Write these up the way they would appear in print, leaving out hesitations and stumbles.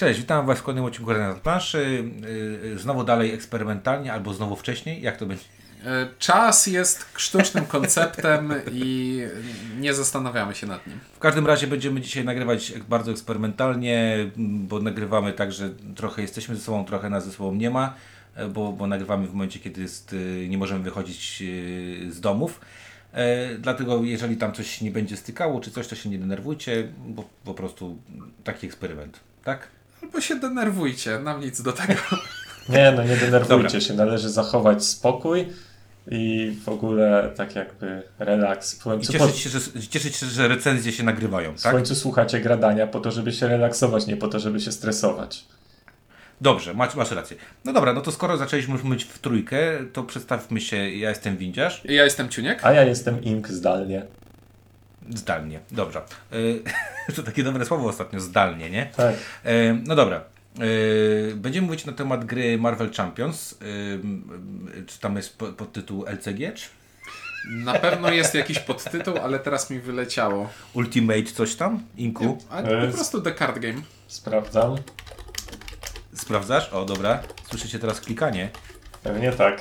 Cześć, witam Was w kolejnym odcinku Gry na planszy. Znowu dalej eksperymentalnie, albo znowu wcześniej. Jak to będzie? Czas jest sztucznym konceptem i nie zastanawiamy się nad nim. W każdym razie będziemy dzisiaj nagrywać bardzo eksperymentalnie, bo nagrywamy tak, że trochę jesteśmy ze sobą, trochę nas ze sobą nie ma, bo nagrywamy w momencie, kiedy nie możemy wychodzić z domów. Dlatego jeżeli tam coś nie będzie stykało, czy coś, to się nie denerwujcie, bo po prostu taki eksperyment, tak? Albo się denerwujcie, nam nic do tego. Nie denerwujcie się, należy zachować spokój i w ogóle tak jakby relaks. I cieszyć się, że recenzje się nagrywają, tak? W końcu słuchacie gradania po to, żeby się relaksować, nie po to, żeby się stresować. Dobrze, masz rację. No dobra, no to skoro zaczęliśmy już mówić w trójkę, to przedstawmy się, ja jestem Windziarz. Ja jestem Ciuniek. A ja jestem Ink zdalnie. Zdalnie, dobrze. To takie dobre słowo ostatnio, zdalnie, nie? Tak. No dobra. Będziemy mówić na temat gry Marvel Champions. Czy tam jest podtytuł LCG? Czy? Na pewno jest jakiś podtytuł, ale teraz mi wyleciało. Ultimate coś tam? Inku? Ale po prostu The Card Game. Sprawdzam. Sprawdzasz? O, dobra. Słyszycie teraz klikanie. Pewnie tak.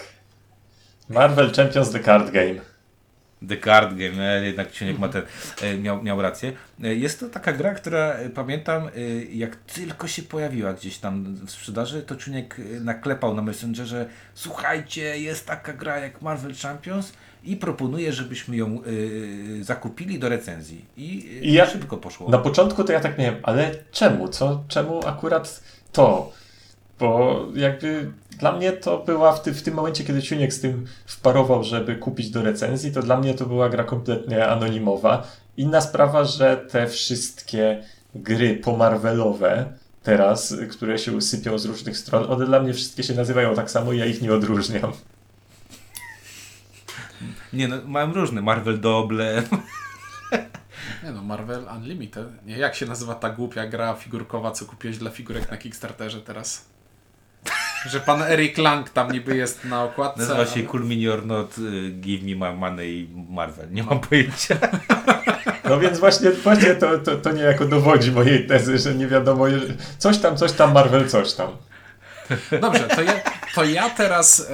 Marvel Champions The Card Game. The Card Game, jednak Ciuniek ma miał rację. Jest to taka gra, która pamiętam, jak tylko się pojawiła gdzieś tam w sprzedaży, to Ciuniek naklepał na Messengerze: słuchajcie, jest taka gra jak Marvel Champions i proponuje, żebyśmy ją zakupili do recenzji. I szybko poszło. Na początku to ja tak miałem, ale czemu? Czemu akurat to? Bo jakby dla mnie to była w tym momencie, kiedy Ciuniek z tym wparował, żeby kupić do recenzji, to dla mnie to była gra kompletnie anonimowa. Inna sprawa, że te wszystkie gry pomarvelowe teraz, które się usypią z różnych stron, one dla mnie wszystkie się nazywają tak samo i ja ich nie odróżniam. Nie no, mają różne. Marvel Double. Nie no, Marvel Unlimited. Nie, jak się nazywa ta głupia gra figurkowa, co kupiłeś dla figurek na Kickstarterze teraz? Że pan Eric Lang tam niby jest na okładce. Nazywa się Cool Me or Not, Give Me My Money Marvel. Nie mam pojęcia. No więc właśnie to niejako dowodzi mojej tezy, że nie wiadomo, coś tam Marvel, coś tam. Dobrze, to ja teraz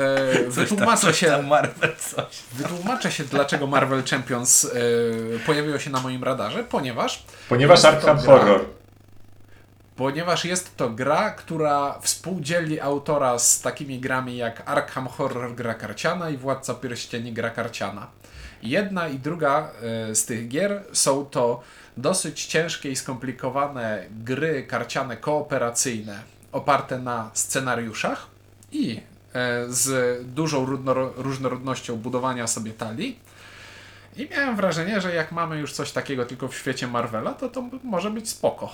wytłumaczę się, dlaczego Marvel Champions pojawiło się na moim radarze, Ponieważ Arkham Horror. Ponieważ jest to gra, która współdzieli autora z takimi grami jak Arkham Horror gra karciana i Władca Pierścieni gra karciana. Jedna i druga z tych gier są to dosyć ciężkie i skomplikowane gry karciane kooperacyjne oparte na scenariuszach i z dużą różnorodnością budowania sobie talii. I miałem wrażenie, że jak mamy już coś takiego tylko w świecie Marvela, to może być spoko.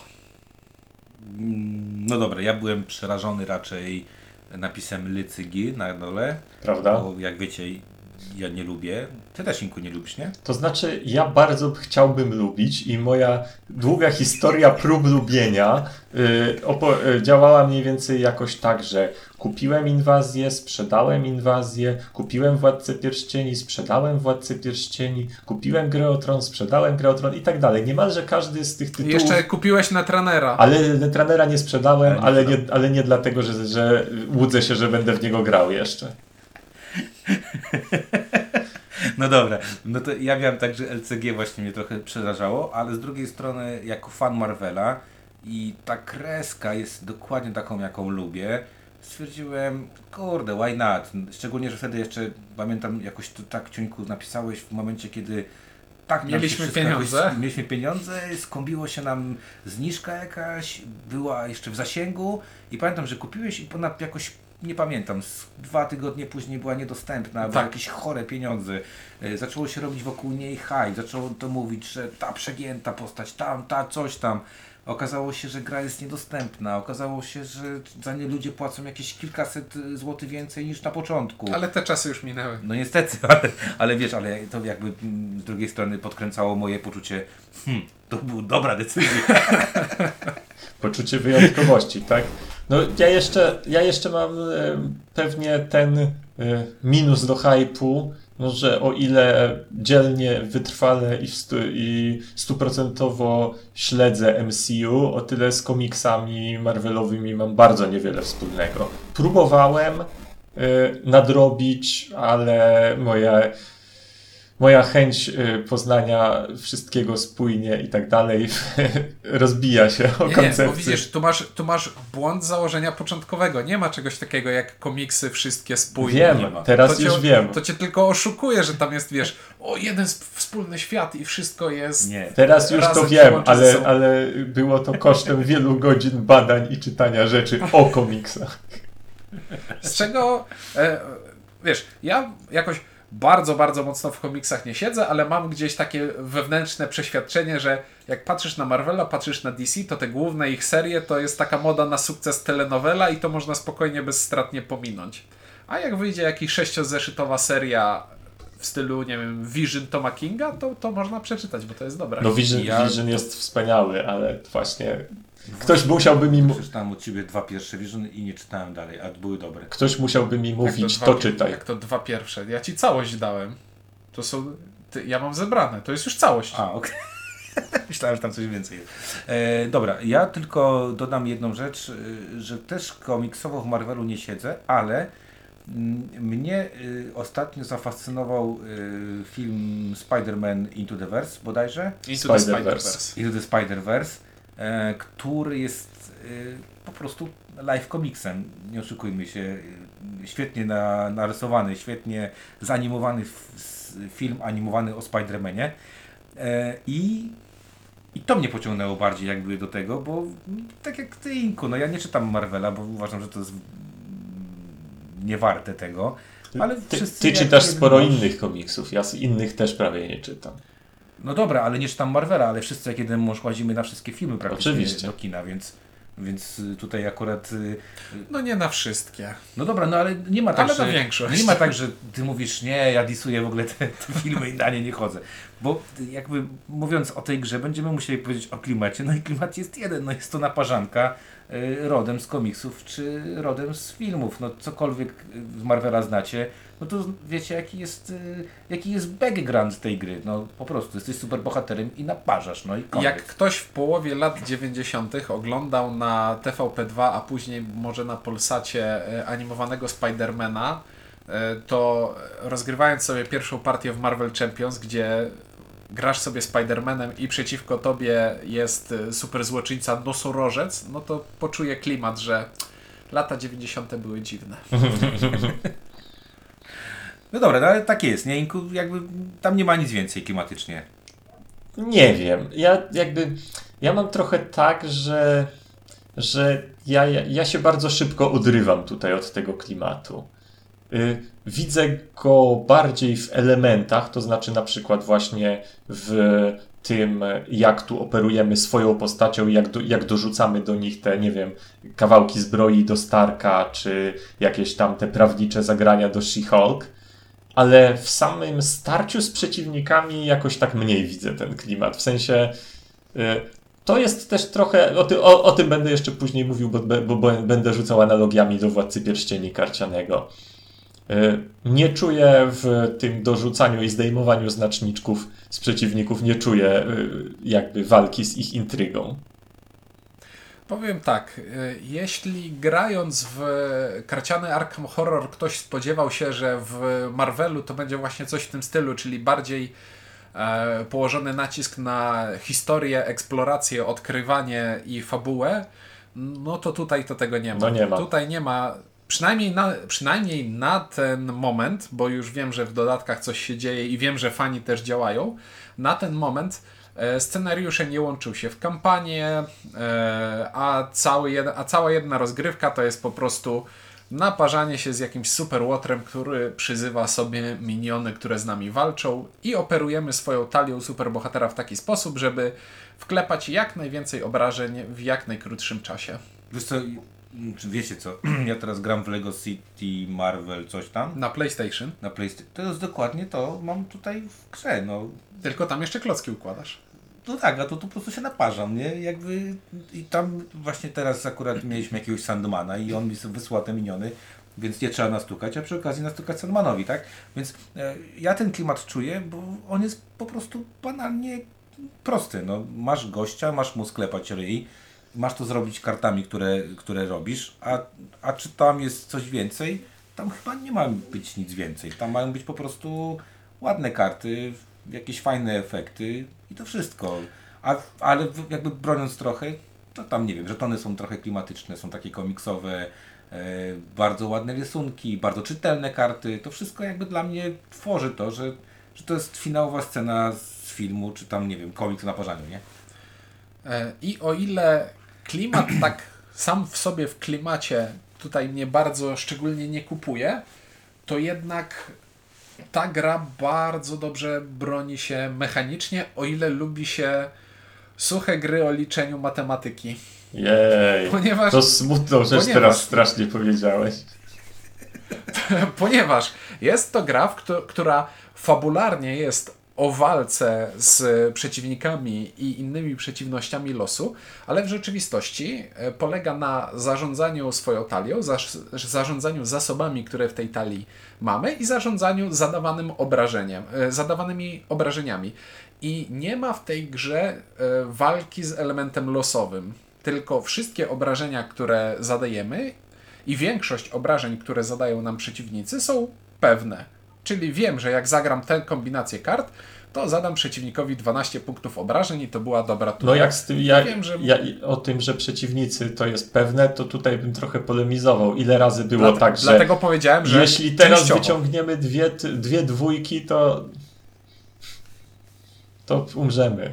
No dobra, ja byłem przerażony raczej napisem Lycygi na dole. Prawda? Bo jak wiecie, ja nie lubię. Ty też, Inku, nie lubisz, nie? To znaczy, ja bardzo chciałbym lubić i moja długa historia prób lubienia działała mniej więcej jakoś tak, że kupiłem Inwazję, sprzedałem Inwazję, kupiłem Władcę Pierścieni, sprzedałem Władcę Pierścieni, kupiłem Grę o Tron, sprzedałem Grę o Tron i tak dalej. Niemalże każdy z tych tytułów... Jeszcze kupiłeś Netrunnera. Ale Netrunnera nie sprzedałem, ale nie dlatego, że łudzę się, że będę w niego grał jeszcze. No dobra, no to ja miałem tak, że LCG właśnie mnie trochę przerażało, ale z drugiej strony jako fan Marvela i ta kreska jest dokładnie taką, jaką lubię, stwierdziłem, kurde, why not? Szczególnie, że wtedy jeszcze pamiętam, jakoś to tak, Ciuńku, napisałeś w momencie, kiedy tak mieliśmy pieniądze. Mieliśmy pieniądze, skąbiło się nam zniżka jakaś, była jeszcze w zasięgu i pamiętam, że kupiłeś i ponad jakoś, nie pamiętam, 2 tygodnie później była niedostępna, były jakieś chore pieniądze. Zaczęło się robić wokół niej hype, zaczęło to mówić, że ta przegięta postać, ta coś tam. Okazało się, że gra jest niedostępna. Okazało się, że za nie ludzie płacą jakieś kilkaset złotych więcej niż na początku. Ale te czasy już minęły. No niestety, ale wiesz, ale to jakby z drugiej strony podkręcało moje poczucie, to była dobra decyzja. Poczucie wyjątkowości, tak? No ja jeszcze mam pewnie ten minus do hype'u, no, że o ile dzielnie, wytrwale i stuprocentowo śledzę MCU, o tyle z komiksami Marvelowymi mam bardzo niewiele wspólnego. Próbowałem nadrobić, ale moja chęć poznania wszystkiego spójnie i tak dalej rozbija się o koncepcję. Nie, bo widzisz, tu masz błąd założenia początkowego. Nie ma czegoś takiego jak komiksy wszystkie spójne. Wiem, teraz to już wiem. To cię tylko oszukuje, że tam jest, wiesz, jeden wspólny świat i wszystko jest... Nie. Teraz już to razem się wiem, łączy ze sobą. ale było to kosztem wielu godzin badań i czytania rzeczy o komiksach. Z czego, wiesz, ja jakoś bardzo, bardzo mocno w komiksach nie siedzę, ale mam gdzieś takie wewnętrzne przeświadczenie, że jak patrzysz na Marvela, patrzysz na DC, to te główne ich serie to jest taka moda na sukces telenowela i to można spokojnie bezstratnie pominąć. A jak wyjdzie jakaś 6-zeszytowa seria w stylu, nie wiem, Vision Toma Kinga, to można przeczytać, bo to jest dobre. No Vision jest wspaniały, ale właśnie ktoś musiałby mi Przeczytałem od ciebie 2 pierwsze Vision i nie czytałem dalej, a były dobre. ktoś musiałby mi mówić, Jak to czytaj. Jak to 2 pierwsze? Ja ci całość dałem. To są... ja mam zebrane, to jest już całość. A, okej. Myślałem, że tam coś więcej jest. Dobra, ja tylko dodam jedną rzecz, że też komiksowo w Marvelu nie siedzę, ale mnie ostatnio zafascynował film Spider-Man Into the Verse bodajże. Into the Spider-Verse. Spider-Verse. Into the Spider-Verse, który jest po prostu live komiksem, nie oszukujmy się, świetnie narysowany, świetnie zanimowany film animowany o Spider-Manie i to mnie pociągnęło bardziej jakby do tego, bo tak jak ty, Inku, no ja nie czytam Marvela, bo uważam, że to jest nie warte tego, ale Ty czytasz sporo innych komiksów, ja z innych też prawie nie czytam. No dobra, ale nie czytam Marvela, ale wszyscy jak jeden mąż łazimy na wszystkie filmy praktycznie Oczywiście. do kina, więc tutaj akurat... No nie na wszystkie. No dobra, no ale nie ma tak, Ale na że... większość. Nie ma tak, że ty mówisz, nie, ja disuję w ogóle te filmy i na nie chodzę. Bo jakby mówiąc o tej grze, będziemy musieli powiedzieć o klimacie, no i klimat jest jeden, no jest to naparzanka rodem z komiksów, czy rodem z filmów, no cokolwiek z Marvela znacie, no to wiecie jaki jest background tej gry, no po prostu jesteś super bohaterem i naparzasz, no i koniec. Jak ktoś w połowie lat 90. oglądał na TVP2, a później może na Polsacie animowanego Spidermana, to rozgrywając sobie pierwszą partię w Marvel Champions, gdzie grasz sobie Spidermanem i przeciwko tobie jest super złoczyńca nosorożec, no to poczuję klimat, że lata 90. były dziwne. No dobra, no ale tak jest, nie? Jakby tam nie ma nic więcej klimatycznie. Nie wiem. Ja mam trochę tak, że ja się bardzo szybko odrywam tutaj od tego klimatu. Widzę go bardziej w elementach, to znaczy na przykład właśnie w tym, jak tu operujemy swoją postacią, jak dorzucamy do nich te, nie wiem, kawałki zbroi do Starka, czy jakieś tam te prawnicze zagrania do She-Hulk. Ale w samym starciu z przeciwnikami jakoś tak mniej widzę ten klimat. W sensie to jest też trochę, o tym będę jeszcze później mówił, bo będę rzucał analogiami do Władcy Pierścieni karcianego. Nie czuję w tym dorzucaniu i zdejmowaniu znaczniczków z przeciwników, nie czuję jakby walki z ich intrygą. Powiem tak, jeśli grając w karciany Arkham Horror ktoś spodziewał się, że w Marvelu to będzie właśnie coś w tym stylu, czyli bardziej położony nacisk na historię, eksplorację, odkrywanie i fabułę, no to tutaj to tego nie ma. No nie ma. Tutaj nie ma, przynajmniej na ten moment, bo już wiem, że w dodatkach coś się dzieje i wiem, że fani też działają, na ten moment scenariusze nie łączył się w kampanię, a cała jedna rozgrywka to jest po prostu naparzanie się z jakimś super łotrem, który przyzywa sobie miniony, które z nami walczą i operujemy swoją talią superbohatera w taki sposób, żeby wklepać jak najwięcej obrażeń w jak najkrótszym czasie. Wiesz co, czy wiecie co, ja teraz gram w Lego City Marvel coś tam Na PlayStation. na PlayStation, to jest dokładnie to mam tutaj w grze, no. Tylko tam jeszcze klocki układasz. No tak, a to po prostu się naparzam, nie? Jakby i tam właśnie teraz akurat mieliśmy jakiegoś Sandmana i on mi sobie wysłał te miniony więc nie trzeba nastukać, a przy okazji nastukać Sandmanowi, tak? Więc ja ten klimat czuję, bo on jest po prostu banalnie prosty. No, masz gościa, masz mu sklepać ryj, masz to zrobić kartami, które robisz, a czy tam jest coś więcej? Tam chyba nie ma być nic więcej. Tam mają być po prostu ładne karty, jakieś fajne efekty i to wszystko. Ale jakby broniąc trochę, to tam nie wiem, żetony są trochę klimatyczne, są takie komiksowe, bardzo ładne rysunki, bardzo czytelne karty. To wszystko jakby dla mnie tworzy to, że to jest finałowa scena z filmu, czy tam, nie wiem, komiks na parzaniu, nie? I o ile klimat tak sam w sobie w klimacie tutaj mnie bardzo szczególnie nie kupuje, to jednak ta gra bardzo dobrze broni się mechanicznie, o ile lubi się suche gry o liczeniu matematyki. Jej, Ponieważ- to smutną rzecz ponieważ- teraz strasznie powiedziałeś. Ponieważ jest to gra, która fabularnie jest o walce z przeciwnikami i innymi przeciwnościami losu, ale w rzeczywistości polega na zarządzaniu swoją talią, zarządzaniu zasobami, które w tej talii mamy i zarządzaniu zadawanymi obrażeniami. I nie ma w tej grze walki z elementem losowym, tylko wszystkie obrażenia, które zadajemy i większość obrażeń, które zadają nam przeciwnicy, są pewne. Czyli wiem, że jak zagram tę kombinację kart, to zadam przeciwnikowi 12 punktów obrażeń i to była dobra tura. No jak z tym, Wiem, że- o tym, że przeciwnicy to jest pewne, to tutaj bym trochę polemizował. Ile razy było tak, że Dlatego powiedziałem, że jeśli teraz częściowo. wyciągniemy dwie dwójki, to umrzemy.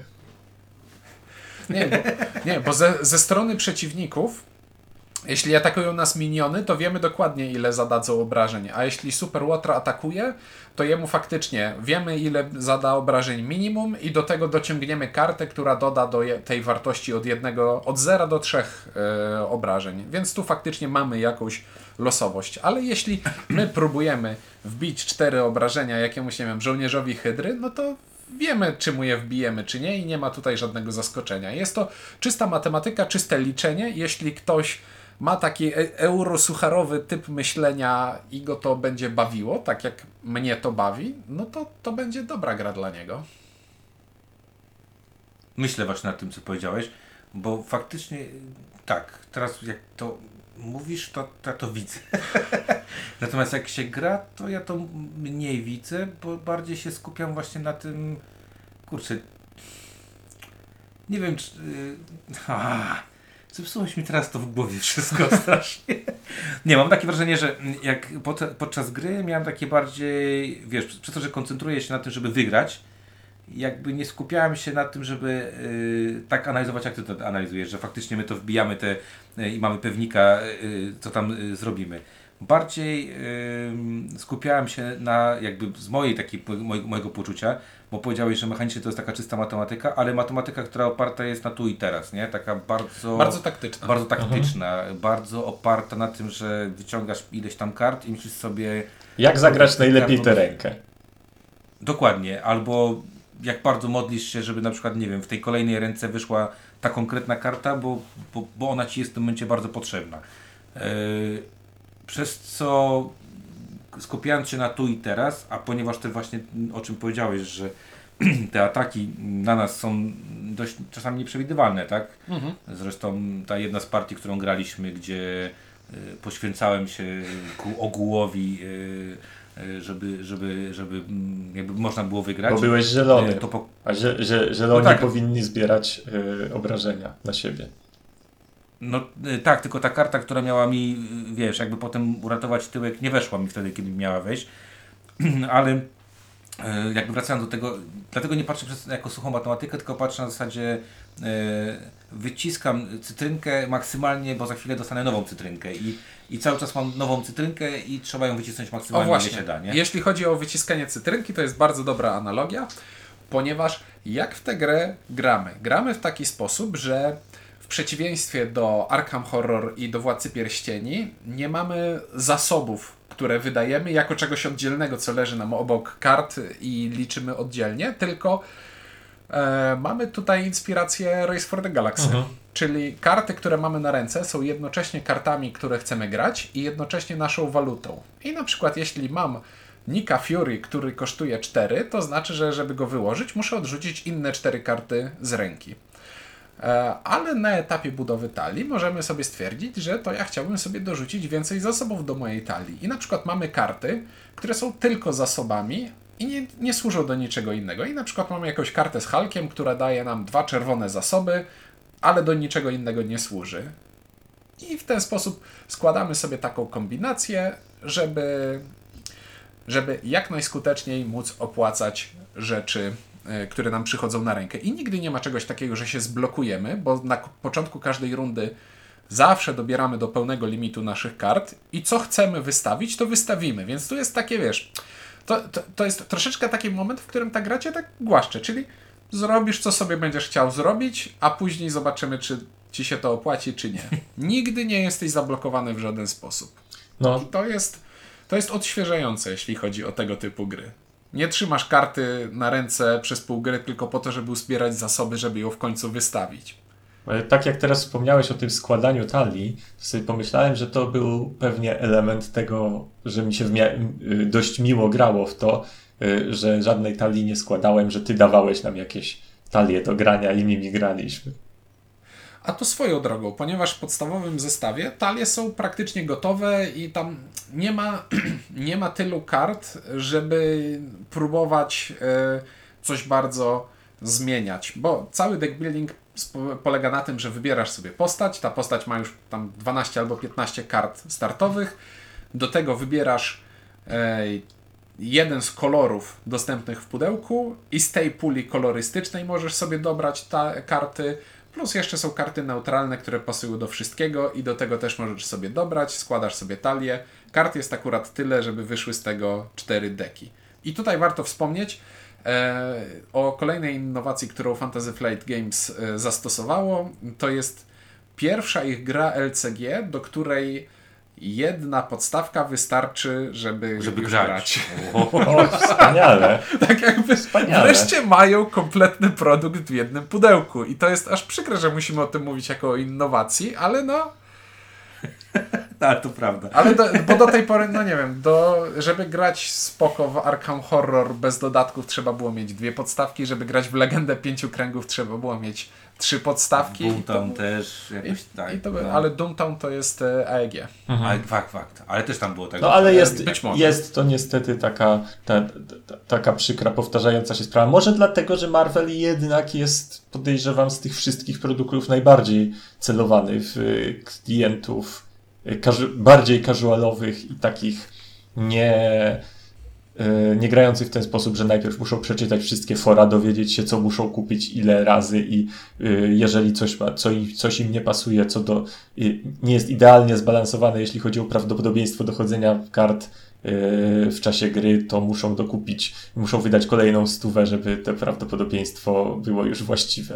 Nie, bo ze strony przeciwników, jeśli atakują nas miniony, to wiemy dokładnie, ile zadadzą obrażeń, a jeśli Super Łotra atakuje, to jemu faktycznie wiemy, ile zada obrażeń minimum i do tego dociągniemy kartę, która doda do tej wartości od 0 do 3 obrażeń, więc tu faktycznie mamy jakąś losowość, ale jeśli my próbujemy wbić 4 obrażenia jakiemuś, nie wiem, żołnierzowi Hydry, no to wiemy, czy mu je wbijemy, czy nie i nie ma tutaj żadnego zaskoczenia. Jest to czysta matematyka, czyste liczenie. Jeśli ktoś ma taki eurosucharowy typ myślenia i go to będzie bawiło, tak jak mnie to bawi, no to będzie dobra gra dla niego. Myślę właśnie nad tym, co powiedziałeś, bo faktycznie tak, teraz jak to mówisz, to ja to widzę. Natomiast jak się gra, to ja to mniej widzę, bo bardziej się skupiam właśnie na tym, kurczę, nie wiem, czy... Zepsułeś mi teraz to w głowie wszystko strasznie. Nie, mam takie wrażenie, że jak podczas gry miałem takie bardziej, wiesz, przez to, że koncentruję się na tym, żeby wygrać, jakby nie skupiałem się na tym, żeby tak analizować, jak ty to analizujesz, że faktycznie my to wbijamy i mamy pewnika, co tam zrobimy. Bardziej skupiałem się na, jakby z mojego poczucia, bo powiedziałeś, że mechanicznie to jest taka czysta matematyka, ale matematyka, która oparta jest na tu i teraz, nie? Taka Bardzo taktyczna. bardzo taktyczna, bardzo oparta na tym, że wyciągasz ileś tam kart i myślisz sobie... Jak zagrać najlepiej tę rękę? Dokładnie, albo jak bardzo modlisz się, żeby na przykład, nie wiem, w tej kolejnej ręce wyszła ta konkretna karta, bo ona ci jest w tym momencie bardzo potrzebna. Przez co skupiając się na tu i teraz, a ponieważ ty właśnie o czym powiedziałeś, że te ataki na nas są dość czasami nieprzewidywalne, tak? Mhm. Zresztą ta jedna z partii, którą graliśmy, gdzie poświęcałem się ku ogółowi, żeby jakby można było wygrać. Bo byłeś zielony, To a zieloni No tak. powinni zbierać obrażenia na siebie. No tak, tylko ta karta, która miała mi, wiesz, jakby potem uratować tyłek, nie weszła mi wtedy, kiedy miała wejść, ale jakby wracając do tego, dlatego nie patrzę jako suchą matematykę, tylko patrzę na zasadzie wyciskam cytrynkę maksymalnie, bo za chwilę dostanę nową cytrynkę i cały czas mam nową cytrynkę i trzeba ją wycisnąć maksymalnie, ile się da, nie? Jeśli chodzi o wyciskanie cytrynki, to jest bardzo dobra analogia, ponieważ jak w tę grę gramy? Gramy w taki sposób, że w przeciwieństwie do Arkham Horror i do Władcy Pierścieni nie mamy zasobów, które wydajemy jako czegoś oddzielnego, co leży nam obok kart i liczymy oddzielnie, tylko Mamy tutaj inspirację Race for the Galaxy. Czyli karty, które mamy na ręce, są jednocześnie kartami, które chcemy grać i jednocześnie naszą walutą. I na przykład jeśli mam Nika Fury, który kosztuje 4, to znaczy, że żeby go wyłożyć, muszę odrzucić inne 4 karty z ręki. Ale na etapie budowy talii możemy sobie stwierdzić, że to ja chciałbym sobie dorzucić więcej zasobów do mojej talii. I na przykład mamy karty, które są tylko zasobami i nie służą do niczego innego. I na przykład mamy jakąś kartę z Hulkiem, która daje nam 2 czerwone zasoby, ale do niczego innego nie służy. I w ten sposób składamy sobie taką kombinację, żeby jak najskuteczniej móc opłacać rzeczy, które nam przychodzą na rękę. I nigdy nie ma czegoś takiego, że się zblokujemy, bo na początku każdej rundy zawsze dobieramy do pełnego limitu naszych kart i co chcemy wystawić, to wystawimy. Więc tu jest takie, wiesz, to jest troszeczkę taki moment, w którym ta gra cię tak głaszcze, czyli zrobisz, co sobie będziesz chciał zrobić, a później zobaczymy, czy ci się to opłaci, czy nie. Nigdy nie jesteś zablokowany w żaden sposób. No. I to jest odświeżające, jeśli chodzi o tego typu gry. Nie trzymasz karty na ręce przez pół gry tylko po to, żeby uzbierać zasoby, żeby ją w końcu wystawić. Tak jak teraz wspomniałeś o tym składaniu talii, to sobie pomyślałem, że to był pewnie element tego, że mi się dość miło grało w to, że żadnej talii nie składałem, że ty dawałeś nam jakieś talie do grania i nimi graliśmy. A to swoją drogą, ponieważ w podstawowym zestawie talie są praktycznie gotowe i tam nie ma tylu kart, żeby próbować coś bardzo zmieniać, bo cały deck building polega na tym, że wybierasz sobie postać, ta postać ma już tam 12 albo 15 kart startowych, do tego wybierasz jeden z kolorów dostępnych w pudełku i z tej puli kolorystycznej możesz sobie dobrać karty, plus jeszcze są karty neutralne, które pasują do wszystkiego i do tego też możesz sobie dobrać, składasz sobie talię. Kart jest akurat tyle, żeby wyszły z tego 4 deki. I tutaj warto wspomnieć o kolejnej innowacji, którą Fantasy Flight Games zastosowało. To jest pierwsza ich gra LCG, do której jedna podstawka wystarczy, żeby grać. O, wspaniale. Tak jakby wreszcie mają kompletny produkt w jednym pudełku. I to jest aż przykre, że musimy o tym mówić jako o innowacji, ale no... Ale to prawda. Ale bo do tej pory, no nie wiem, żeby grać spoko w Arkham Horror bez dodatków trzeba było mieć 2 podstawki, żeby grać w Legendę 5 kręgów trzeba było mieć 3 podstawki. Doomtown też jakoś tak. Ale Doomtown to jest AEG. Ale fakt. Ale też tam było tak. No ale być może. jest to niestety taka przykra, powtarzająca się sprawa. Może dlatego, że Marvel jednak jest, podejrzewam, z tych wszystkich produktów najbardziej celowany w klientów bardziej casualowych i takich nie grających w ten sposób, że najpierw muszą przeczytać wszystkie fora, dowiedzieć się, co muszą kupić, ile razy i jeżeli coś im nie pasuje, nie jest idealnie zbalansowane, jeśli chodzi o prawdopodobieństwo dochodzenia kart w czasie gry, to muszą wydać kolejną 100, żeby to prawdopodobieństwo było już właściwe.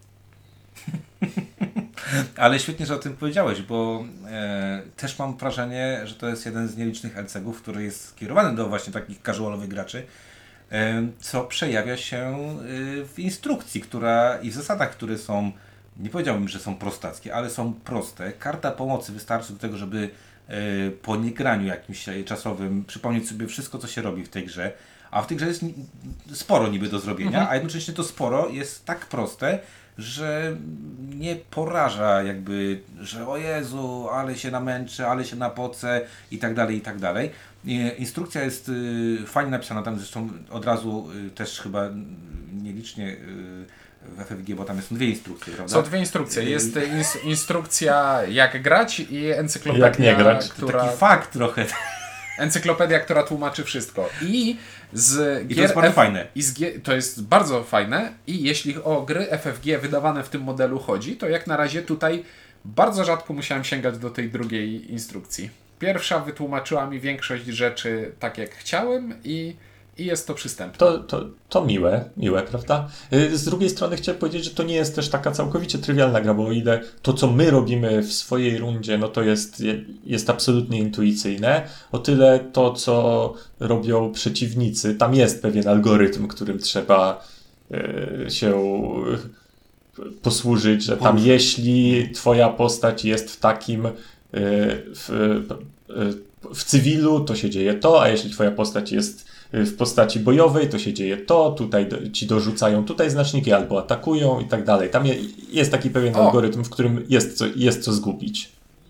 Ale świetnie, że o tym powiedziałeś, bo też mam wrażenie, że to jest jeden z nielicznych LCG-ów, który jest skierowany do właśnie takich casualowych graczy, co przejawia się w instrukcji, i w zasadach, które są, nie powiedziałbym, że są prostackie, ale są proste. Karta pomocy wystarczy do tego, żeby po niegraniu jakimś czasowym przypomnieć sobie wszystko, co się robi w tej grze. A w tej grze jest sporo niby do zrobienia, a jednocześnie to sporo jest tak proste, że nie poraża jakby, że o Jezu, ale się namęczę, ale się napocę i tak dalej, i tak dalej. Instrukcja jest fajnie napisana, tam zresztą od razu też chyba nielicznie w FFG, bo tam są 2 instrukcje, prawda? Są 2 instrukcje. Jest instrukcja jak grać i encyklopedia, jak nie grać. To taki fakt trochę. Encyklopedia, która tłumaczy wszystko. I to jest bardzo fajne. To jest bardzo fajne i jeśli o gry FFG wydawane w tym modelu chodzi, to jak na razie tutaj bardzo rzadko musiałem sięgać do tej drugiej instrukcji. Pierwsza wytłumaczyła mi większość rzeczy tak jak chciałem i jest to przystępne. To miłe, prawda? Z drugiej strony chciałem powiedzieć, że to nie jest też taka całkowicie trywialna gra, bo o ile to, co my robimy w swojej rundzie, no to jest absolutnie intuicyjne, o tyle to, co robią przeciwnicy, tam jest pewien algorytm, którym trzeba się posłużyć, że tam jeśli twoja postać jest w takim w cywilu, to się dzieje to, a jeśli twoja postać jest w postaci bojowej, to się dzieje to, tutaj ci dorzucają tutaj znaczniki albo atakują i tak dalej. Tam jest taki pewien algorytm, w którym jest co zgubić.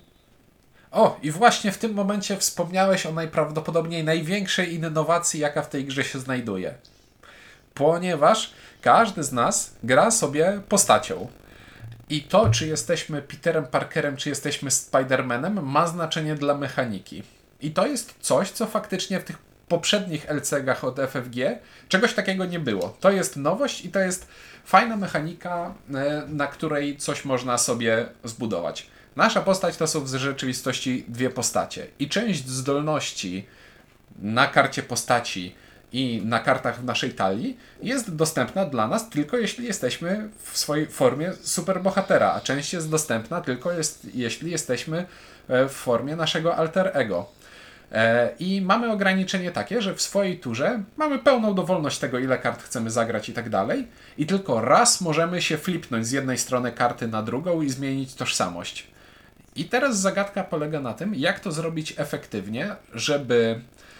O, i właśnie w tym momencie wspomniałeś o najprawdopodobniej największej innowacji, jaka w tej grze się znajduje. Ponieważ każdy z nas gra sobie postacią. I to, czy jesteśmy Peterem Parkerem, czy jesteśmy Spider-Manem, ma znaczenie dla mechaniki. I to jest coś, co faktycznie w tych poprzednich LCG-ach od FFG czegoś takiego nie było. To jest nowość i to jest fajna mechanika, na której coś można sobie zbudować. Nasza postać to są w rzeczywistości dwie postacie. I część zdolności na karcie postaci i na kartach w naszej talii jest dostępna dla nas tylko jeśli jesteśmy w swojej formie superbohatera, a część jest dostępna tylko jeśli jesteśmy w formie naszego alter ego. I mamy ograniczenie takie, że w swojej turze mamy pełną dowolność tego, ile kart chcemy zagrać i tak dalej, i tylko raz możemy się flipnąć z jednej strony karty na drugą i zmienić tożsamość. I teraz zagadka polega na tym, jak to zrobić efektywnie, żeby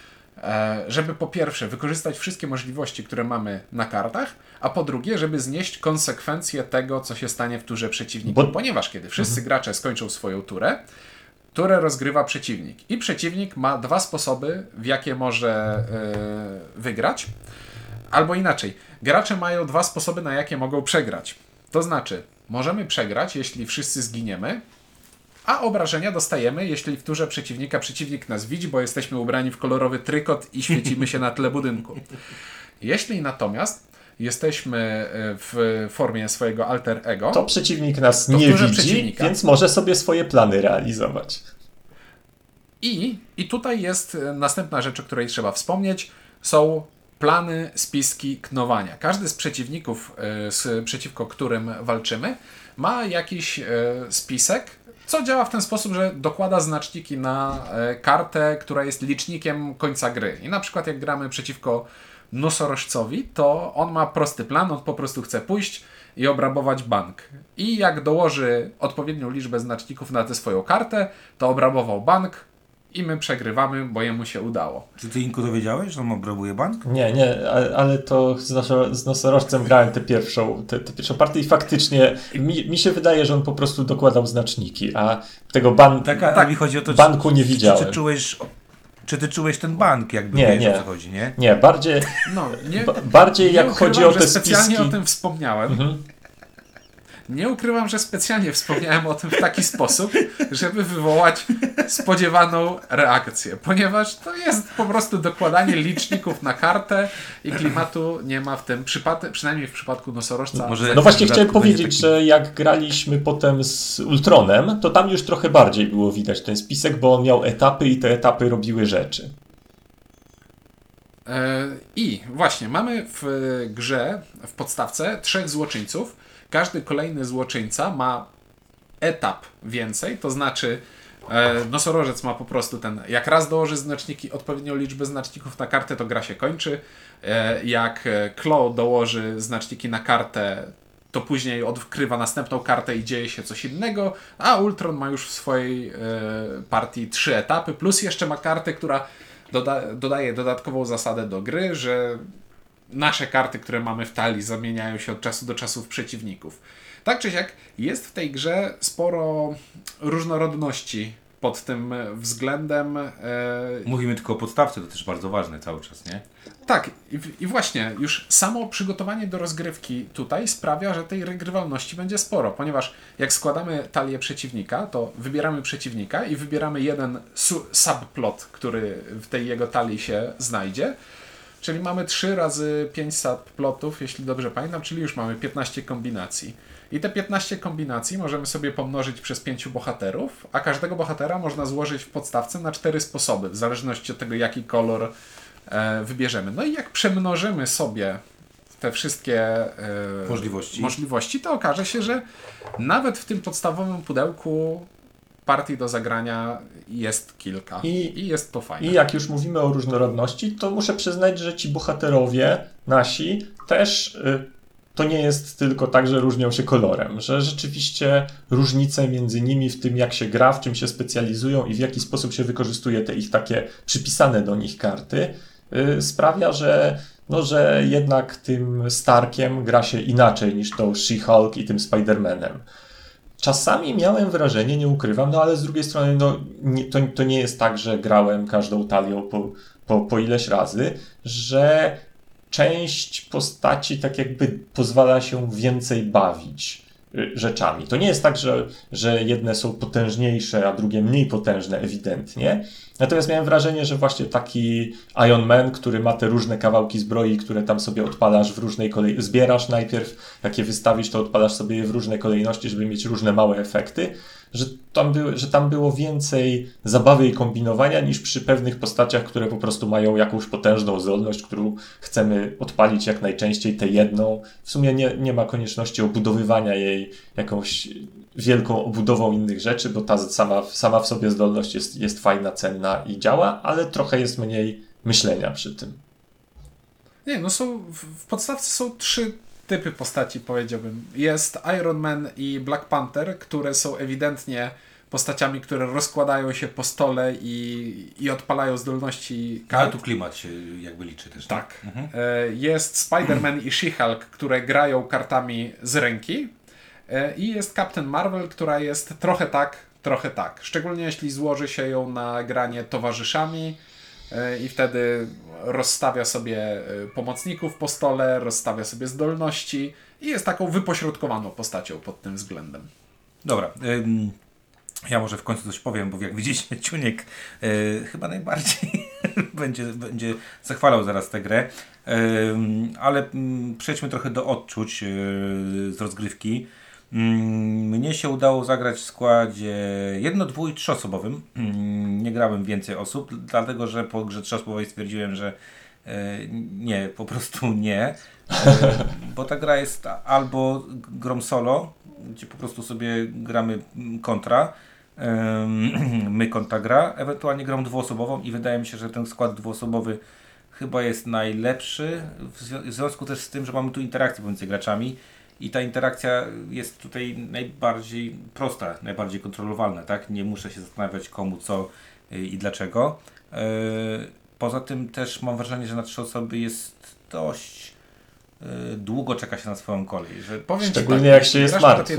po pierwsze wykorzystać wszystkie możliwości, które mamy na kartach, a po drugie, żeby znieść konsekwencje tego, co się stanie w turze przeciwnika. Ponieważ kiedy wszyscy gracze skończą swoją turę rozgrywa przeciwnik. I przeciwnik ma dwa sposoby, w jakie może wygrać. Albo inaczej, gracze mają dwa sposoby, na jakie mogą przegrać. To znaczy, możemy przegrać, jeśli wszyscy zginiemy, a obrażenia dostajemy, jeśli w turze przeciwnika przeciwnik nas widzi, bo jesteśmy ubrani w kolorowy trykot i świecimy się na tle budynku. Jeśli natomiast jesteśmy w formie swojego alter ego, to przeciwnik nas nie widzi, więc może sobie swoje plany realizować. I tutaj jest następna rzecz, o której trzeba wspomnieć. Są plany, spiski, knowania. Każdy z przeciwników, przeciwko którym walczymy, ma jakiś spisek, co działa w ten sposób, że dokłada znaczniki na kartę, która jest licznikiem końca gry. I na przykład jak gramy przeciwko nosorożcowi, to on ma prosty plan, on po prostu chce pójść i obrabować bank. I jak dołoży odpowiednią liczbę znaczników na tę swoją kartę, to obrabował bank i my przegrywamy, bo jemu się udało. Czy ty, Inku, dowiedziałeś, że on obrabuje bank? Nie, ale to z nosorożcem grałem tę pierwszą partię i faktycznie mi się wydaje, że on po prostu dokładał znaczniki, a tego Mi chodzi o to, banku nie widziałem. Czy ty czułeś ten bank, jakby nie. o co chodzi, nie? Nie, bardziej, bardziej jak chodzi o te spiski. Specjalnie o tym wspomniałem. Nie ukrywam, że specjalnie wspomniałem o tym w taki sposób, żeby wywołać spodziewaną reakcję, ponieważ to jest po prostu dokładanie liczników na kartę i klimatu nie ma w tym przypadku, przynajmniej w przypadku nosorożca. No właśnie chciałem powiedzieć, że jak graliśmy potem z Ultronem, to tam już trochę bardziej było widać ten spisek, bo on miał etapy i te etapy robiły rzeczy. I właśnie, mamy w grze, w podstawce 3 złoczyńców. Każdy kolejny złoczyńca ma etap więcej, to znaczy nosorożec ma po prostu jak raz dołoży znaczniki, odpowiednią liczbę znaczników na kartę, to gra się kończy. Jak Claw dołoży znaczniki na kartę, to później odkrywa następną kartę i dzieje się coś innego, a Ultron ma już w swojej partii 3 etapy, plus jeszcze ma kartę, która dodaje dodatkową zasadę do gry, że nasze karty, które mamy w talii, zamieniają się od czasu do czasu w przeciwników. Tak czy siak, jest w tej grze sporo różnorodności pod tym względem. Mówimy tylko o podstawce, to też bardzo ważne cały czas, nie? Tak, i właśnie już samo przygotowanie do rozgrywki tutaj sprawia, że tej regrywalności będzie sporo, ponieważ jak składamy talię przeciwnika, to wybieramy przeciwnika i wybieramy jeden subplot, który w tej jego talii się znajdzie. Czyli mamy 3 razy 5 subplotów, jeśli dobrze pamiętam, czyli już mamy 15 kombinacji. I te 15 kombinacji możemy sobie pomnożyć przez 5 bohaterów, a każdego bohatera można złożyć w podstawce na 4 sposoby, w zależności od tego, jaki kolor wybierzemy. No i jak przemnożymy sobie te wszystkie możliwości, to okaże się, że nawet w tym podstawowym pudełku partii do zagrania jest kilka i jest to fajne. I jak już mówimy o różnorodności, to muszę przyznać, że ci bohaterowie nasi też to nie jest tylko tak, że różnią się kolorem, że rzeczywiście różnice między nimi w tym, jak się gra, w czym się specjalizują i w jaki sposób się wykorzystuje te ich takie przypisane do nich karty, sprawia, że jednak tym Starkiem gra się inaczej niż tą She-Hulk i tym Spider-Manem. Czasami miałem wrażenie, nie ukrywam, no ale z drugiej strony to nie jest tak, że grałem każdą talią po ileś razy, że część postaci tak jakby pozwala się więcej bawić rzeczami. To nie jest tak, że jedne są potężniejsze, a drugie mniej potężne ewidentnie. Natomiast miałem wrażenie, że właśnie taki Iron Man, który ma te różne kawałki zbroi, które tam sobie odpalasz w różnej kolejności, zbierasz najpierw, jak je wystawisz, to odpalasz sobie je w różnej kolejności, żeby mieć różne małe efekty, że tam było więcej zabawy i kombinowania niż przy pewnych postaciach, które po prostu mają jakąś potężną zdolność, którą chcemy odpalić jak najczęściej, tę jedną. W sumie nie ma konieczności obudowywania jej jakąś wielką obudową innych rzeczy, bo ta sama w sobie zdolność jest fajna, cenna i działa, ale trochę jest mniej myślenia przy tym. Nie, no w podstawce są 3 typy postaci, powiedziałbym. Jest Iron Man i Black Panther, które są ewidentnie postaciami, które rozkładają się po stole i odpalają zdolności kart. Ale tu klimat się jakby liczy też. Tak. Jest Spider-Man i She-Hulk, które grają kartami z ręki. I jest Captain Marvel, która jest trochę tak, trochę tak. Szczególnie jeśli złoży się ją na granie towarzyszami i wtedy rozstawia sobie pomocników po stole, rozstawia sobie zdolności i jest taką wypośrodkowaną postacią pod tym względem. Dobra. Ja może w końcu coś powiem, bo jak widzicie, Ciuniek chyba najbardziej będzie zachwalał zaraz tę grę. Ale przejdźmy trochę do odczuć z rozgrywki. Mnie się udało zagrać w składzie 1-, 2- i 3-osobowym. Nie grałem więcej osób, dlatego że po grze 3-osobowej stwierdziłem, że nie, po prostu nie. Bo ta gra jest albo grą solo, gdzie po prostu sobie gramy kontra, my kontra gra, ewentualnie grą 2-osobową i wydaje mi się, że ten skład 2-osobowy chyba jest najlepszy, w związku też z tym, że mamy tu interakcję pomiędzy graczami i ta interakcja jest tutaj najbardziej prosta, najbardziej kontrolowalna, tak? Nie muszę się zastanawiać komu, co i dlaczego. Poza tym też mam wrażenie, że na 3 osoby jest dość długo czeka się na swoją kolej. Że Powiem szczególnie jak się jest martwy.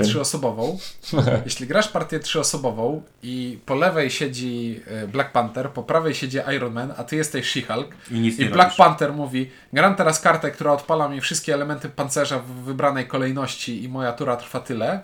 Jeśli grasz partię 3-osobową i po lewej siedzi Black Panther, po prawej siedzi Iron Man, a ty jesteś She-Hulk i Black Panther mówi, gram teraz kartę, która odpala mi wszystkie elementy pancerza w wybranej kolejności i moja tura trwa tyle,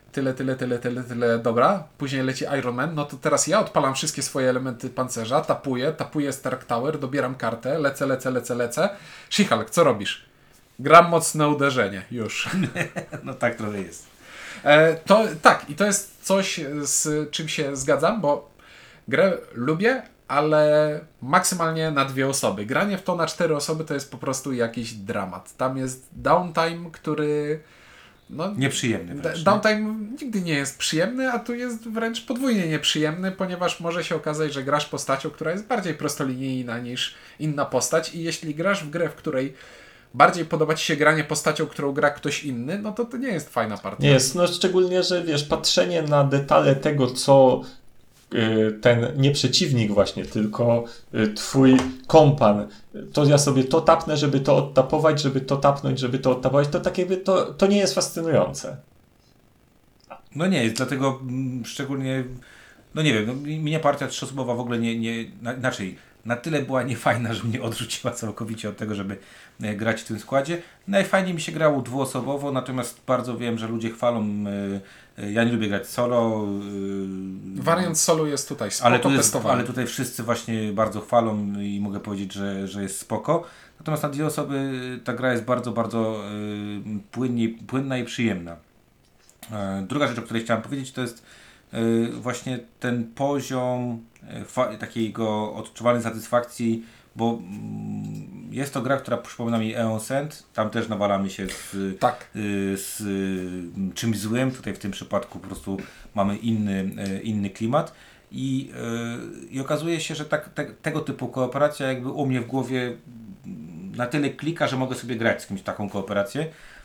dobra, później leci Iron Man, no to teraz ja odpalam wszystkie swoje elementy pancerza, tapuję Stark Tower, dobieram kartę, lecę. She-Hulk, co robisz? Gram mocne uderzenie, już. No tak trochę jest. I to jest coś, z czym się zgadzam, bo grę lubię, ale maksymalnie na 2 osoby. Granie w to na 4 osoby to jest po prostu jakiś dramat. Tam jest downtime, który... No, nieprzyjemny wręcz. Downtime nigdy nie jest przyjemny, a tu jest wręcz podwójnie nieprzyjemny, ponieważ może się okazać, że grasz postacią, która jest bardziej prostolinijna niż inna postać i jeśli grasz w grę, w której bardziej podoba ci się granie postacią, którą gra ktoś inny, no to nie jest fajna partia. Nie jest, no szczególnie, że wiesz, patrzenie na detale tego, co ten nie przeciwnik właśnie, tylko twój kompan, to ja sobie to tapnę, żeby to odtapować, żeby to tapnąć, żeby to odtapować, to tak jakby to nie jest fascynujące. No nie jest, dlatego szczególnie, no nie wiem, no, mnie partia 3-osobowa w ogóle inaczej, na tyle była niefajna, że mnie odrzuciła całkowicie od tego, żeby grać w tym składzie. Najfajniej mi się grało 2-osobowo, natomiast bardzo wiem, że ludzie chwalą, ja nie lubię grać solo. Wariant solo jest tutaj spoko, ale tutaj wszyscy właśnie bardzo chwalą i mogę powiedzieć, że jest spoko. Natomiast na 2 osoby ta gra jest bardzo, bardzo płynna i przyjemna. Druga rzecz, o której chciałem powiedzieć, to jest właśnie ten poziom takiego odczuwanej satysfakcji, bo jest to gra, która przypomina mi Eon Send, tam też nawalamy się z czymś złym, tutaj w tym przypadku po prostu mamy inny klimat i okazuje się, że tego typu kooperacja jakby u mnie w głowie na tyle klika, że mogę sobie grać z kimś taką kooperację.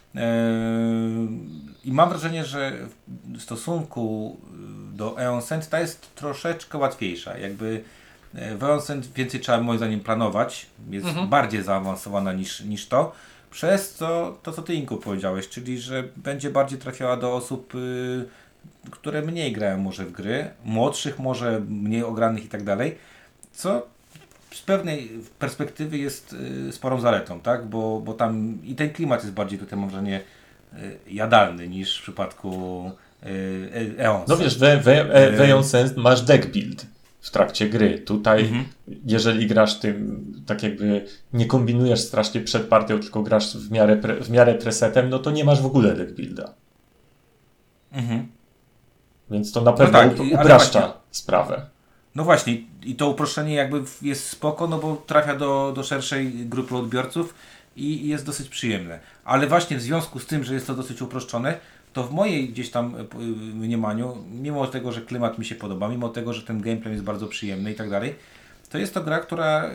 I mam wrażenie, że w stosunku do Aeon Send ta jest troszeczkę łatwiejsza. Jakby w Aeon Send więcej trzeba moim zdaniem planować, jest bardziej zaawansowana niż to. Przez to co ty, Inku, powiedziałeś, czyli że będzie bardziej trafiała do osób, które mniej grają może w gry, młodszych może, mniej ogranych i tak dalej, co z pewnej perspektywy jest sporą zaletą, tak? Bo tam i ten klimat jest bardziej tutaj, mam wrażenie, jadalny niż w przypadku Aeon. No wiesz, w Aeon Sens masz deck build w trakcie gry. Tutaj, jeżeli grasz tym, tak jakby nie kombinujesz strasznie przed partią, tylko grasz w miarę presetem, no to nie masz w ogóle deck builda. Więc to na pewno tak, upraszcza właśnie, sprawę. No właśnie, i to uproszczenie jakby jest spoko, no bo trafia do szerszej grupy odbiorców i jest dosyć przyjemne. Ale właśnie w związku z tym, że jest to dosyć uproszczone, to w mojej gdzieś tam mniemaniu, mimo tego, że klimat mi się podoba, mimo tego, że ten gameplay jest bardzo przyjemny i tak dalej, to jest to gra, która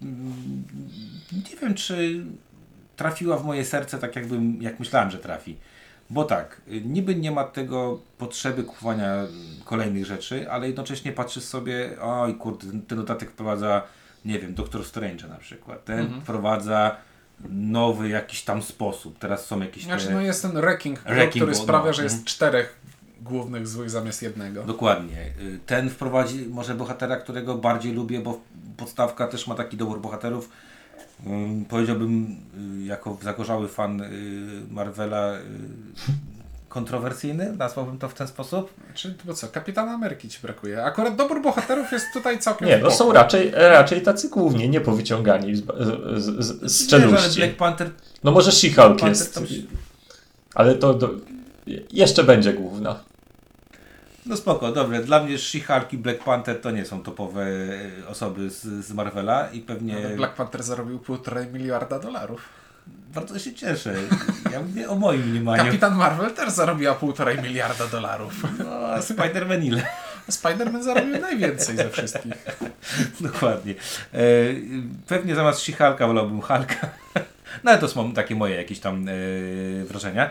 nie wiem, czy trafiła w moje serce tak jak myślałem, że trafi. Bo tak, niby nie ma tego potrzeby kupowania kolejnych rzeczy, ale jednocześnie patrzysz sobie, oj kurde, ten dodatek wprowadza, nie wiem, Doctor Strange'a na przykład, ten wprowadza nowy jakiś tam sposób, teraz są jakieś Znaczy, no jest ten Wrecking, który sprawia, że jest 4 głównych złych zamiast jednego. Dokładnie. Ten wprowadzi może bohatera, którego bardziej lubię, bo podstawka też ma taki dobór bohaterów. Powiedziałbym, jako zagorzały fan Marvela, kontrowersyjny, nazwałbym to w ten sposób. Czyli to co, Kapitana Ameryki ci brakuje. Akurat dobór bohaterów jest tutaj całkiem Nie, no są raczej tacy głównie niepowyciągani z czeluści. Black Panther... No może She-Hulk jest, tam... ale to jeszcze będzie główna. No spoko, dobrze. Dla mnie She-Hulk i Black Panther to nie są topowe osoby z Marvela i pewnie... No, Black Panther zarobił $1,5 miliarda. Bardzo się cieszę. Ja mówię o moim mniemaniu. Kapitan Marvel też zarobiła $1,5 miliarda. No, a Spider-Man ile? Spider-Man zarobił najwięcej ze wszystkich. Dokładnie. Pewnie zamiast She-Hulka wolałbym Hulka. No ale to są takie moje jakieś tam wrażenia.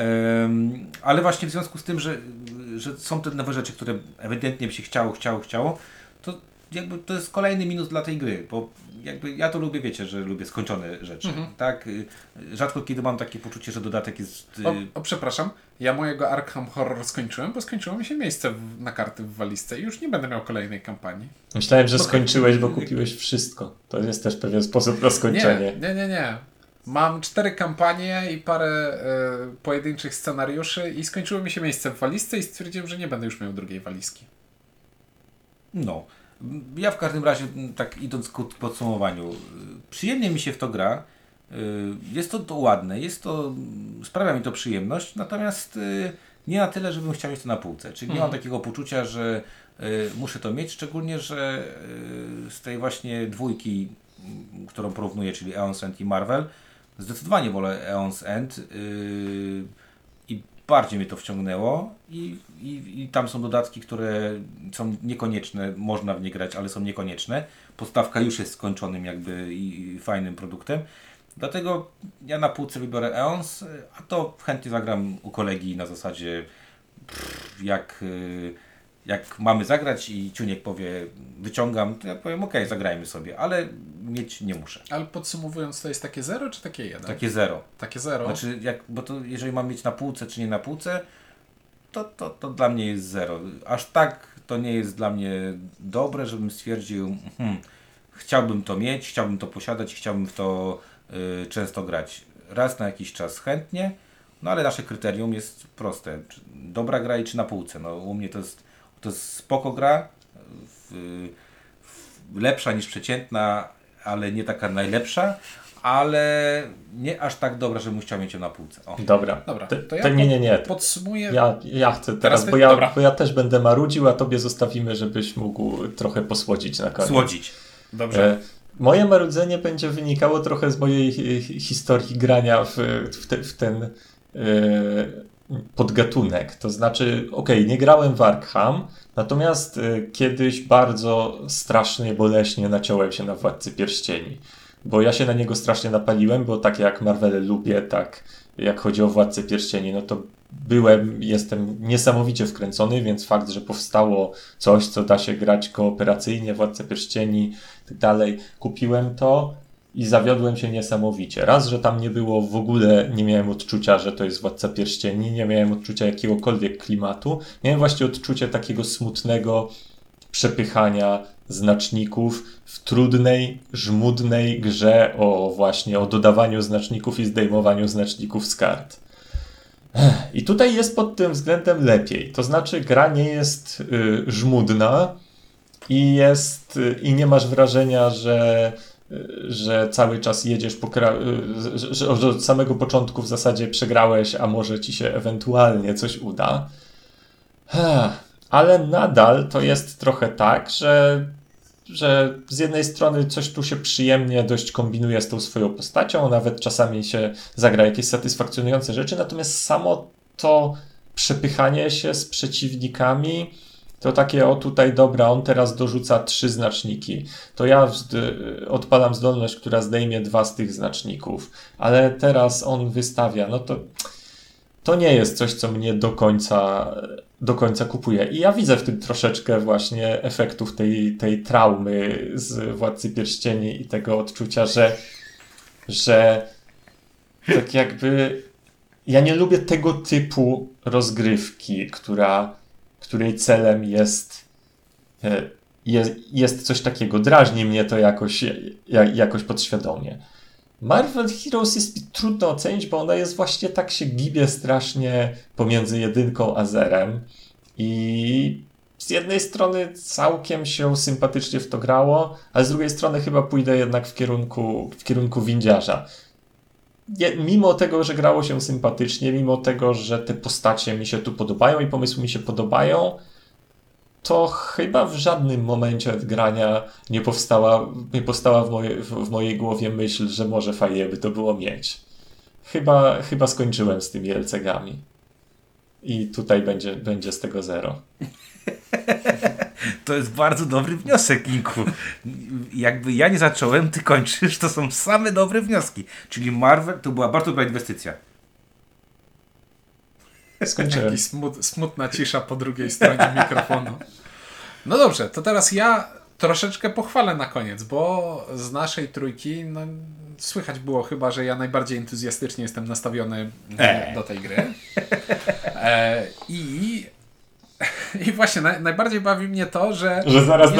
Ale właśnie w związku z tym, że są te nowe rzeczy, które ewidentnie by się chciało, to jakby to jest kolejny minus dla tej gry, bo jakby ja to lubię, wiecie, że lubię skończone rzeczy, tak? Rzadko kiedy mam takie poczucie, że dodatek jest... Przepraszam, ja mojego Arkham Horror skończyłem, bo skończyło mi się miejsce na karty w walizce i już nie będę miał kolejnej kampanii. Myślałem, że skończyłeś, bo kupiłeś wszystko. To jest też pewien sposób na skończenie. Nie. Mam 4 kampanie i parę pojedynczych scenariuszy i skończyło mi się miejsce w walizce i stwierdziłem, że nie będę już miał drugiej walizki. No. Ja w każdym razie, tak idąc ku podsumowaniu, przyjemnie mi się w to gra. Jest to ładne, sprawia mi to przyjemność, natomiast nie na tyle, żebym chciał mieć to na półce. Czyli nie mam takiego poczucia, że muszę to mieć, szczególnie, że z tej właśnie dwójki, którą porównuję, czyli Aeon's End i Marvel, zdecydowanie wolę Aeon's End i bardziej mnie to wciągnęło i tam są dodatki, które są niekonieczne, można w nie grać, ale są niekonieczne. Podstawka już jest skończonym jakby i fajnym produktem. Dlatego ja na półce wybiorę Aeons, a to chętnie zagram u kolegi na zasadzie jak mamy zagrać i Ciuniek powie wyciągam, to ja powiem okej, zagrajmy sobie, ale mieć nie muszę. Ale podsumowując, to jest takie 0 czy takie 1? Takie 0. Takie 0? Znaczy, bo to jeżeli mam mieć na półce czy nie na półce, to dla mnie jest 0. Aż tak to nie jest dla mnie dobre, żebym stwierdził chciałbym to mieć, chciałbym to posiadać, chciałbym w to często grać. Raz na jakiś czas chętnie, no ale nasze kryterium jest proste. Dobra gra i czy na półce. No, u mnie to jest spoko gra, lepsza niż przeciętna, ale nie taka najlepsza, ale nie aż tak dobra, żebym chciał mieć ją na półce. O. Dobra. To ja nie. Podsumuję. Ja chcę teraz, bo ja też będę marudził, a tobie zostawimy, żebyś mógł trochę posłodzić na koniec. Słodzić. Dobrze. Moje marudzenie będzie wynikało trochę z mojej historii grania w ten podgatunek. To znaczy, nie grałem w Arkham, natomiast kiedyś bardzo strasznie, boleśnie naciąłem się na Władcy Pierścieni. Bo ja się na niego strasznie napaliłem, bo tak jak Marvele lubię, tak jak chodzi o Władcę Pierścieni, no to jestem niesamowicie wkręcony, więc fakt, że powstało coś, co da się grać kooperacyjnie, Władcę Pierścieni i tak dalej, kupiłem to i zawiodłem się niesamowicie. Raz, że tam nie było w ogóle, nie miałem odczucia, że to jest Władca Pierścieni, nie miałem odczucia jakiegokolwiek klimatu, miałem właśnie odczucie takiego smutnego przepychania znaczników w trudnej, żmudnej grze o dodawaniu znaczników i zdejmowaniu znaczników z kart. I tutaj jest pod tym względem lepiej. To znaczy gra nie jest żmudna i nie masz wrażenia, że cały czas jedziesz że od samego początku w zasadzie przegrałeś, a może ci się ewentualnie coś uda. Ale nadal to jest trochę tak, że z jednej strony coś tu się przyjemnie dość kombinuje z tą swoją postacią, nawet czasami się zagra jakieś satysfakcjonujące rzeczy, natomiast samo to przepychanie się z przeciwnikami to takie, o tutaj dobra, on teraz dorzuca 3 znaczniki, to ja odpalam zdolność, która zdejmie 2 z tych znaczników, ale teraz on wystawia, no to nie jest coś, co mnie do końca kupuje. I ja widzę w tym troszeczkę właśnie efektów tej traumy z Władcy Pierścieni i tego odczucia, że tak jakby ja nie lubię tego typu rozgrywki, której celem jest coś takiego. Drażni mnie to jakoś podświadomie. Marvel Heroes jest mi trudno ocenić, bo ona jest właśnie tak się gibie strasznie pomiędzy 1 a 0 i z jednej strony całkiem się sympatycznie w to grało, a z drugiej strony chyba pójdę jednak w kierunku windziarza. Mimo tego, że grało się sympatycznie, mimo tego, że te postacie mi się tu podobają i pomysły mi się podobają, to chyba w żadnym momencie od grania nie powstała w mojej głowie myśl, że może fajnie by to było mieć. Chyba skończyłem z tymi LCG-ami. I tutaj będzie z tego 0. To jest bardzo dobry wniosek, Inku. Jakby ja nie zacząłem, ty kończysz, to są same dobre wnioski. Czyli Marvel to była bardzo dobra inwestycja. Skończyłem. Jakaś smutna cisza po drugiej stronie mikrofonu. No dobrze, to teraz ja troszeczkę pochwalę na koniec, bo z naszej trójki słychać było chyba, że ja najbardziej entuzjastycznie jestem nastawiony do tej gry. I właśnie najbardziej bawi mnie to, że zaraz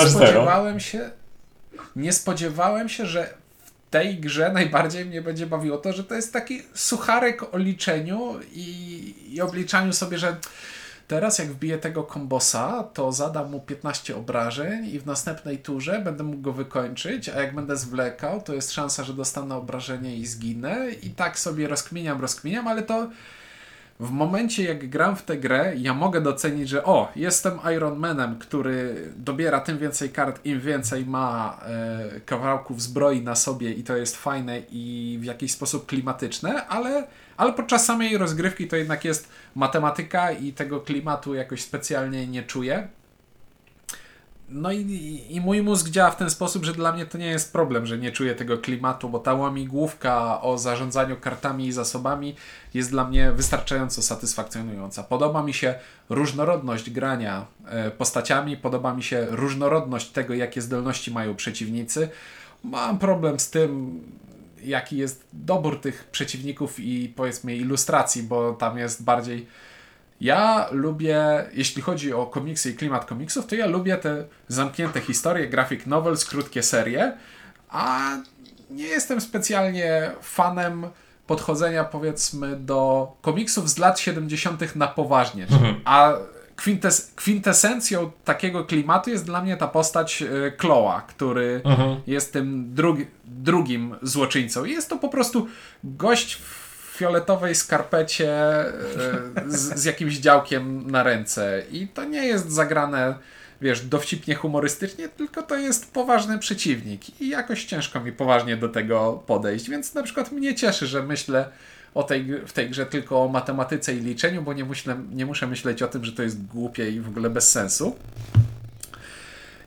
nie spodziewałem się, że w tej grze najbardziej mnie będzie bawiło to, że to jest taki sucharek o liczeniu i obliczaniu sobie, że teraz jak wbiję tego kombosa, to zadam mu 15 obrażeń i w następnej turze będę mógł go wykończyć, a jak będę zwlekał, to jest szansa, że dostanę obrażenie i zginę. I tak sobie rozkminiam, ale to w momencie jak gram w tę grę, ja mogę docenić, że jestem Iron Manem, który dobiera tym więcej kart, im więcej ma kawałków zbroi na sobie i to jest fajne i w jakiś sposób klimatyczne, ale podczas samej rozgrywki to jednak jest matematyka i tego klimatu jakoś specjalnie nie czuję. No i mój mózg działa w ten sposób, że dla mnie to nie jest problem, że nie czuję tego klimatu, bo ta łamigłówka o zarządzaniu kartami i zasobami jest dla mnie wystarczająco satysfakcjonująca. Podoba mi się różnorodność grania postaciami, podoba mi się różnorodność tego, jakie zdolności mają przeciwnicy. Mam problem z tym, jaki jest dobór tych przeciwników i powiedzmy ilustracji, bo tam jest bardziej... Ja lubię, jeśli chodzi o komiksy i klimat komiksów, to ja lubię te zamknięte historie, graphic novels, krótkie serie, a nie jestem specjalnie fanem podchodzenia, powiedzmy, do komiksów z lat 70. na poważnie. A kwintesencją takiego klimatu jest dla mnie ta postać Kloa, który jest tym drugim złoczyńcą. I jest to po prostu gość w fioletowej skarpecie z jakimś działkiem na ręce. I to nie jest zagrane, dowcipnie humorystycznie, tylko to jest poważny przeciwnik. I jakoś ciężko mi poważnie do tego podejść. Więc na przykład mnie cieszy, że myślę w tej grze tylko o matematyce i liczeniu, bo nie muszę myśleć o tym, że to jest głupie i w ogóle bez sensu.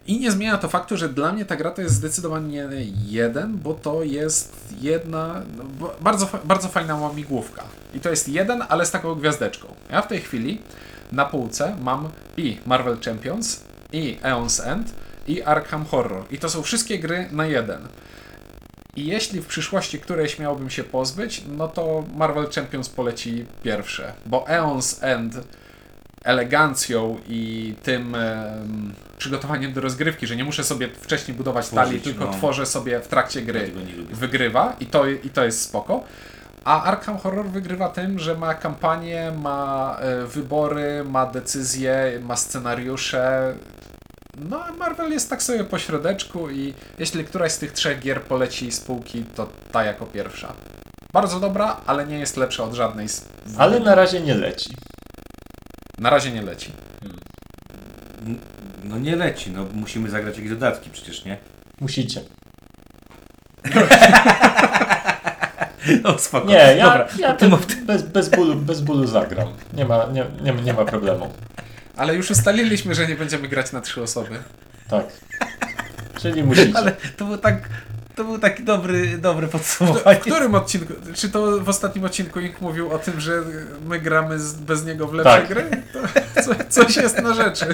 I nie zmienia to faktu, że dla mnie ta gra to jest zdecydowanie 1, bo to jest jedna bardzo fajna łamigłówka. I to jest 1, ale z taką gwiazdeczką. Ja w tej chwili na półce mam i Marvel Champions, i Aeon's End, i Arkham Horror. I to są wszystkie gry na 1. I jeśli w przyszłości którejś miałbym się pozbyć, no to Marvel Champions poleci pierwsze, bo Aeon's End elegancją i tym przygotowaniem do rozgrywki, że nie muszę sobie wcześniej budować talii, tylko tworzę sobie w trakcie gry, wygrywa i to jest spoko. A Arkham Horror wygrywa tym, że ma kampanię, ma wybory, ma decyzje, ma scenariusze. No a Marvel jest tak sobie po środeczku i jeśli któraś z tych 3 gier poleci z półki, to ta jako pierwsza. Bardzo dobra, ale nie jest lepsza od żadnej z... Ale na razie nie leci. Na razie nie leci. No nie leci, no musimy zagrać jakieś dodatki przecież, nie? Musicie. No spoko. Nie, Dobra, ja bez bólu zagram. Nie ma problemu. Ale już ustaliliśmy, że nie będziemy grać na 3 osoby. Tak. Czyli musicie. Ale to był taki dobry podsumowanie. W którym odcinku? Czy to w ostatnim odcinku Ink mówił o tym, że my gramy bez niego w lepsze Tak. gry? To coś jest na rzeczy.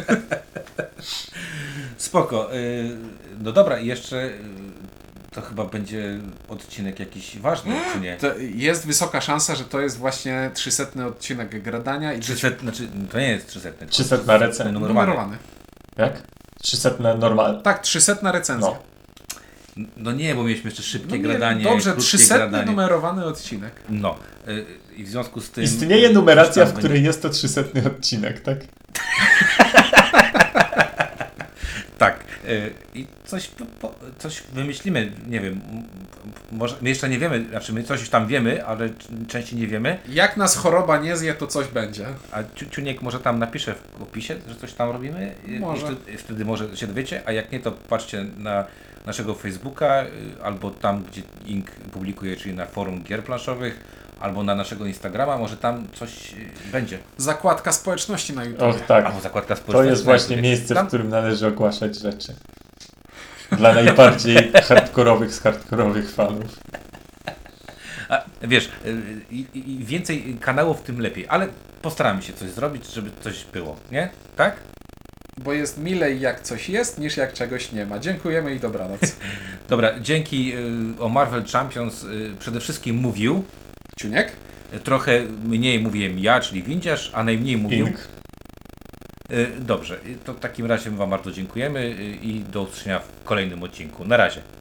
Spoko. No dobra, i jeszcze to chyba będzie odcinek jakiś ważny, czy nie? To jest wysoka szansa, że to jest właśnie 300 odcinek Gradania i 300, znaczy to nie jest 300. 300 recenzja. numerowany. Jak? 300 normal. Tak, 300 recenzja. No. No nie, bo mieliśmy jeszcze szybkie nie, gradanie. dobrze, krótkie 300 gradanie. numerowany odcinek. No. I w związku z tym... Istnieje numeracja, w tam której jest to 300 odcinek, tak? Tak. I coś wymyślimy, nie wiem, może my jeszcze nie wiemy, znaczy my coś już tam wiemy, ale częściej nie wiemy, Jak nas choroba nie zje, to coś będzie. a Ciuniek może tam napisze w opisie, że coś tam robimy Może. i wtedy może się dowiecie, a jak nie, to patrzcie na naszego Facebooka albo tam, gdzie Ink publikuje, czyli na forum gier planszowych, albo na naszego Instagrama, może tam coś będzie. Zakładka społeczności na YouTube. Och tak. Albo zakładka społeczna. To jest właśnie miejsce, tam, w którym należy ogłaszać rzeczy. Dla najbardziej hardkorowych z hardkorowych fanów. A, wiesz, i więcej kanałów, tym lepiej, ale postaramy się coś zrobić, żeby coś było, nie? Tak? Bo jest milej jak coś jest, niż jak czegoś nie ma. Dziękujemy i dobranoc. Dobra, dzięki o Marvel Champions przede wszystkim mówił, Ciuniek? trochę mniej mówiłem ja, czyli Windziarz, a najmniej mówił. Ink. Dobrze, to w takim razie Wam bardzo dziękujemy i do usłyszenia w kolejnym odcinku. Na razie.